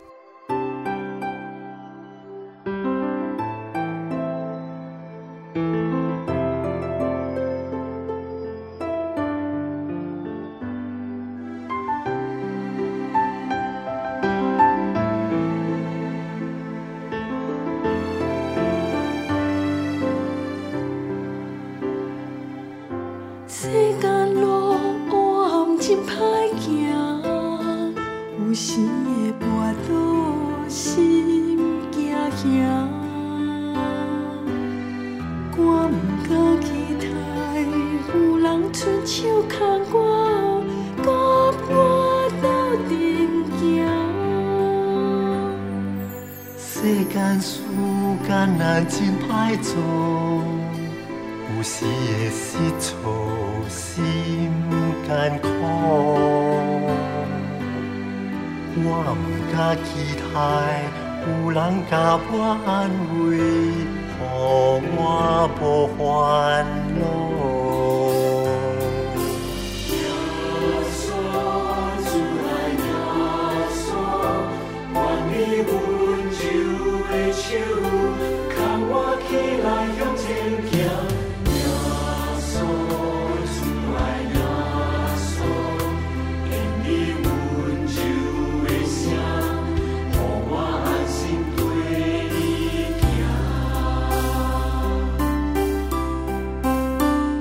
世间事艰难真歹做，有时会失措，心艰苦。我毋敢期待有人甲我安慰，予我无烦恼。手，牵我起来向前行，耶稣，主爱耶稣，因你温柔的声，予我安心对你行。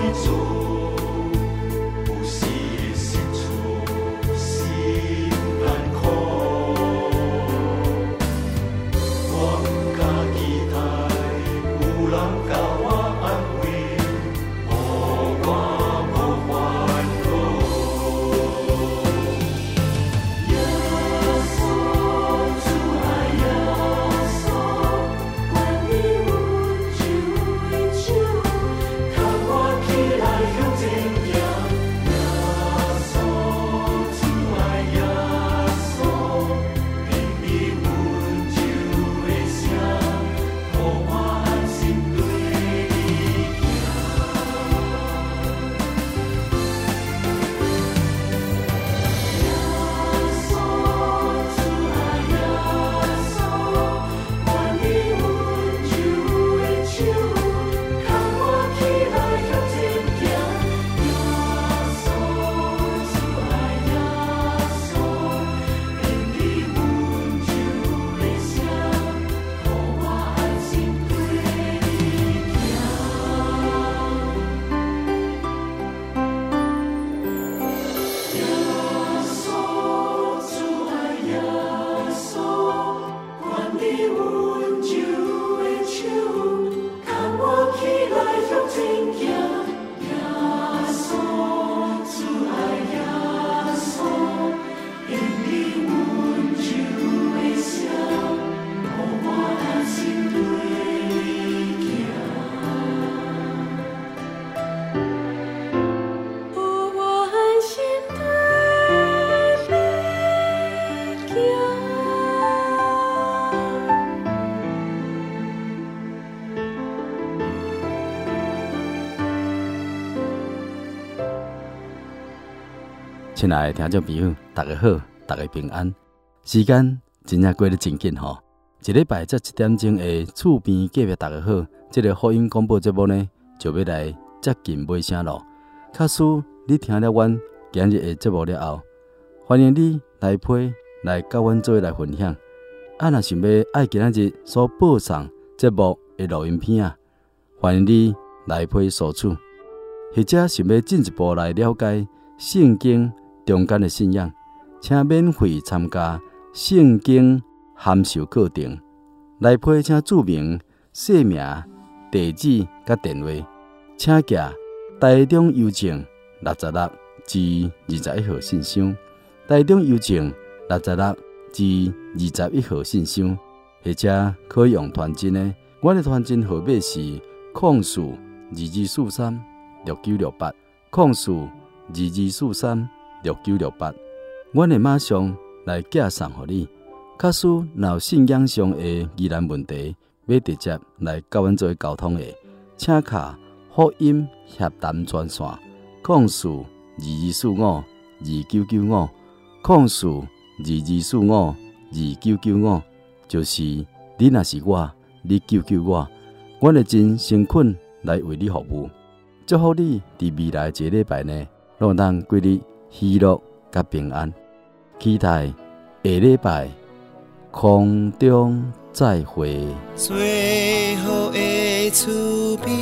亲爱的听众朋友，大家好，大家平安。时间真正过得真紧吼，一礼拜才一点钟的厝边隔壁大家好，这个福音广播节目呢，就要来接近尾声咯。假使你听了阮今日的节目了后，欢迎你来陪来甲阮做来分享。啊，若想要爱今仔日所播送节目的录音片啊，欢迎你来陪索取，或者想要进一步来了解圣经中间的信仰，请免费参加圣经函授课程。来配请注明姓名、地址甲电话，请寄台中邮政六十六至二十一号信箱。台中邮政六十六至二十一号信箱，或者可以用传真的。我的传真号码是空四二二四三六九六八，空四二二四三六九六八，我会马上来寄送给你。假使若有信仰上的疑难问题，要直接来甲阮做沟通的，请卡福音协谈专线，控诉二二四五二九九五，控诉二二四五二九九五，就是你若是我，你救救我，我会真诚恳来为你服务。祝福你伫未来一个礼拜呢，让咱过日喜乐甲平安。期待下礼拜空中再会。 最后的厝边，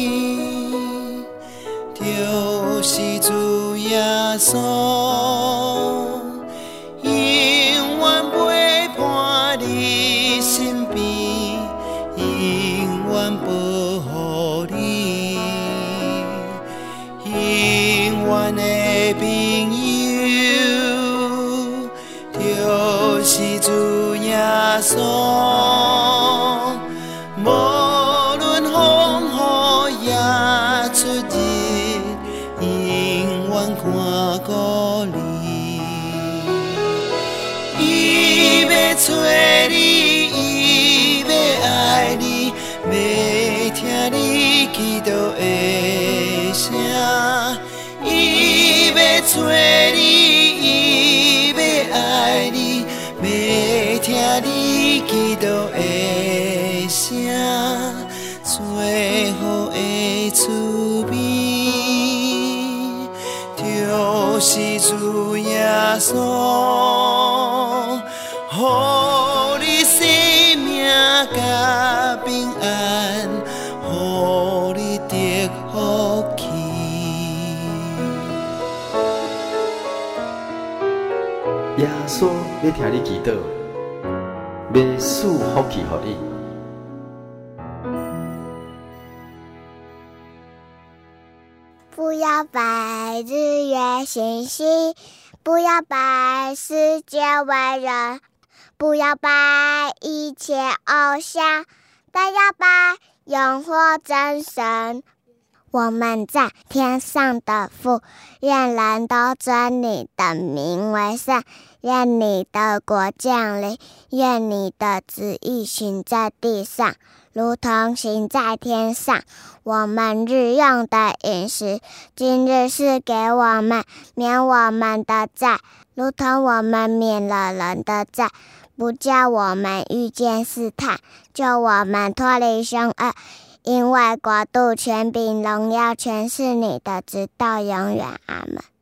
就是主耶稣，永远陪伴你身边，永远保护你，永远的朋友，就是主耶稣。无论风雨也出日，永远看顾你。伊要找你，伊要爱你，要听你祈祷的声。伊要找你，伊要爱你，要听你祈祷的声。最好的厝边，就是主耶稣，予你生命甲平安，予你得福气。 耶稣要听你祈祷，要赐福气给你。 不要拜日月星星，不要拜世界伟人，不要拜一切偶像，但要拜永活真神。我们在天上的父，愿人都尊你的名为圣，愿你的国降临，愿你的旨意行在地上，如同行在天上。我们日用的饮食，今日是给我们，免我们的债，如同我们免了人的债，不叫我们遇见试探，救我们脱离凶恶。因为国度、权柄、荣耀，全是你的，直到永远。阿们。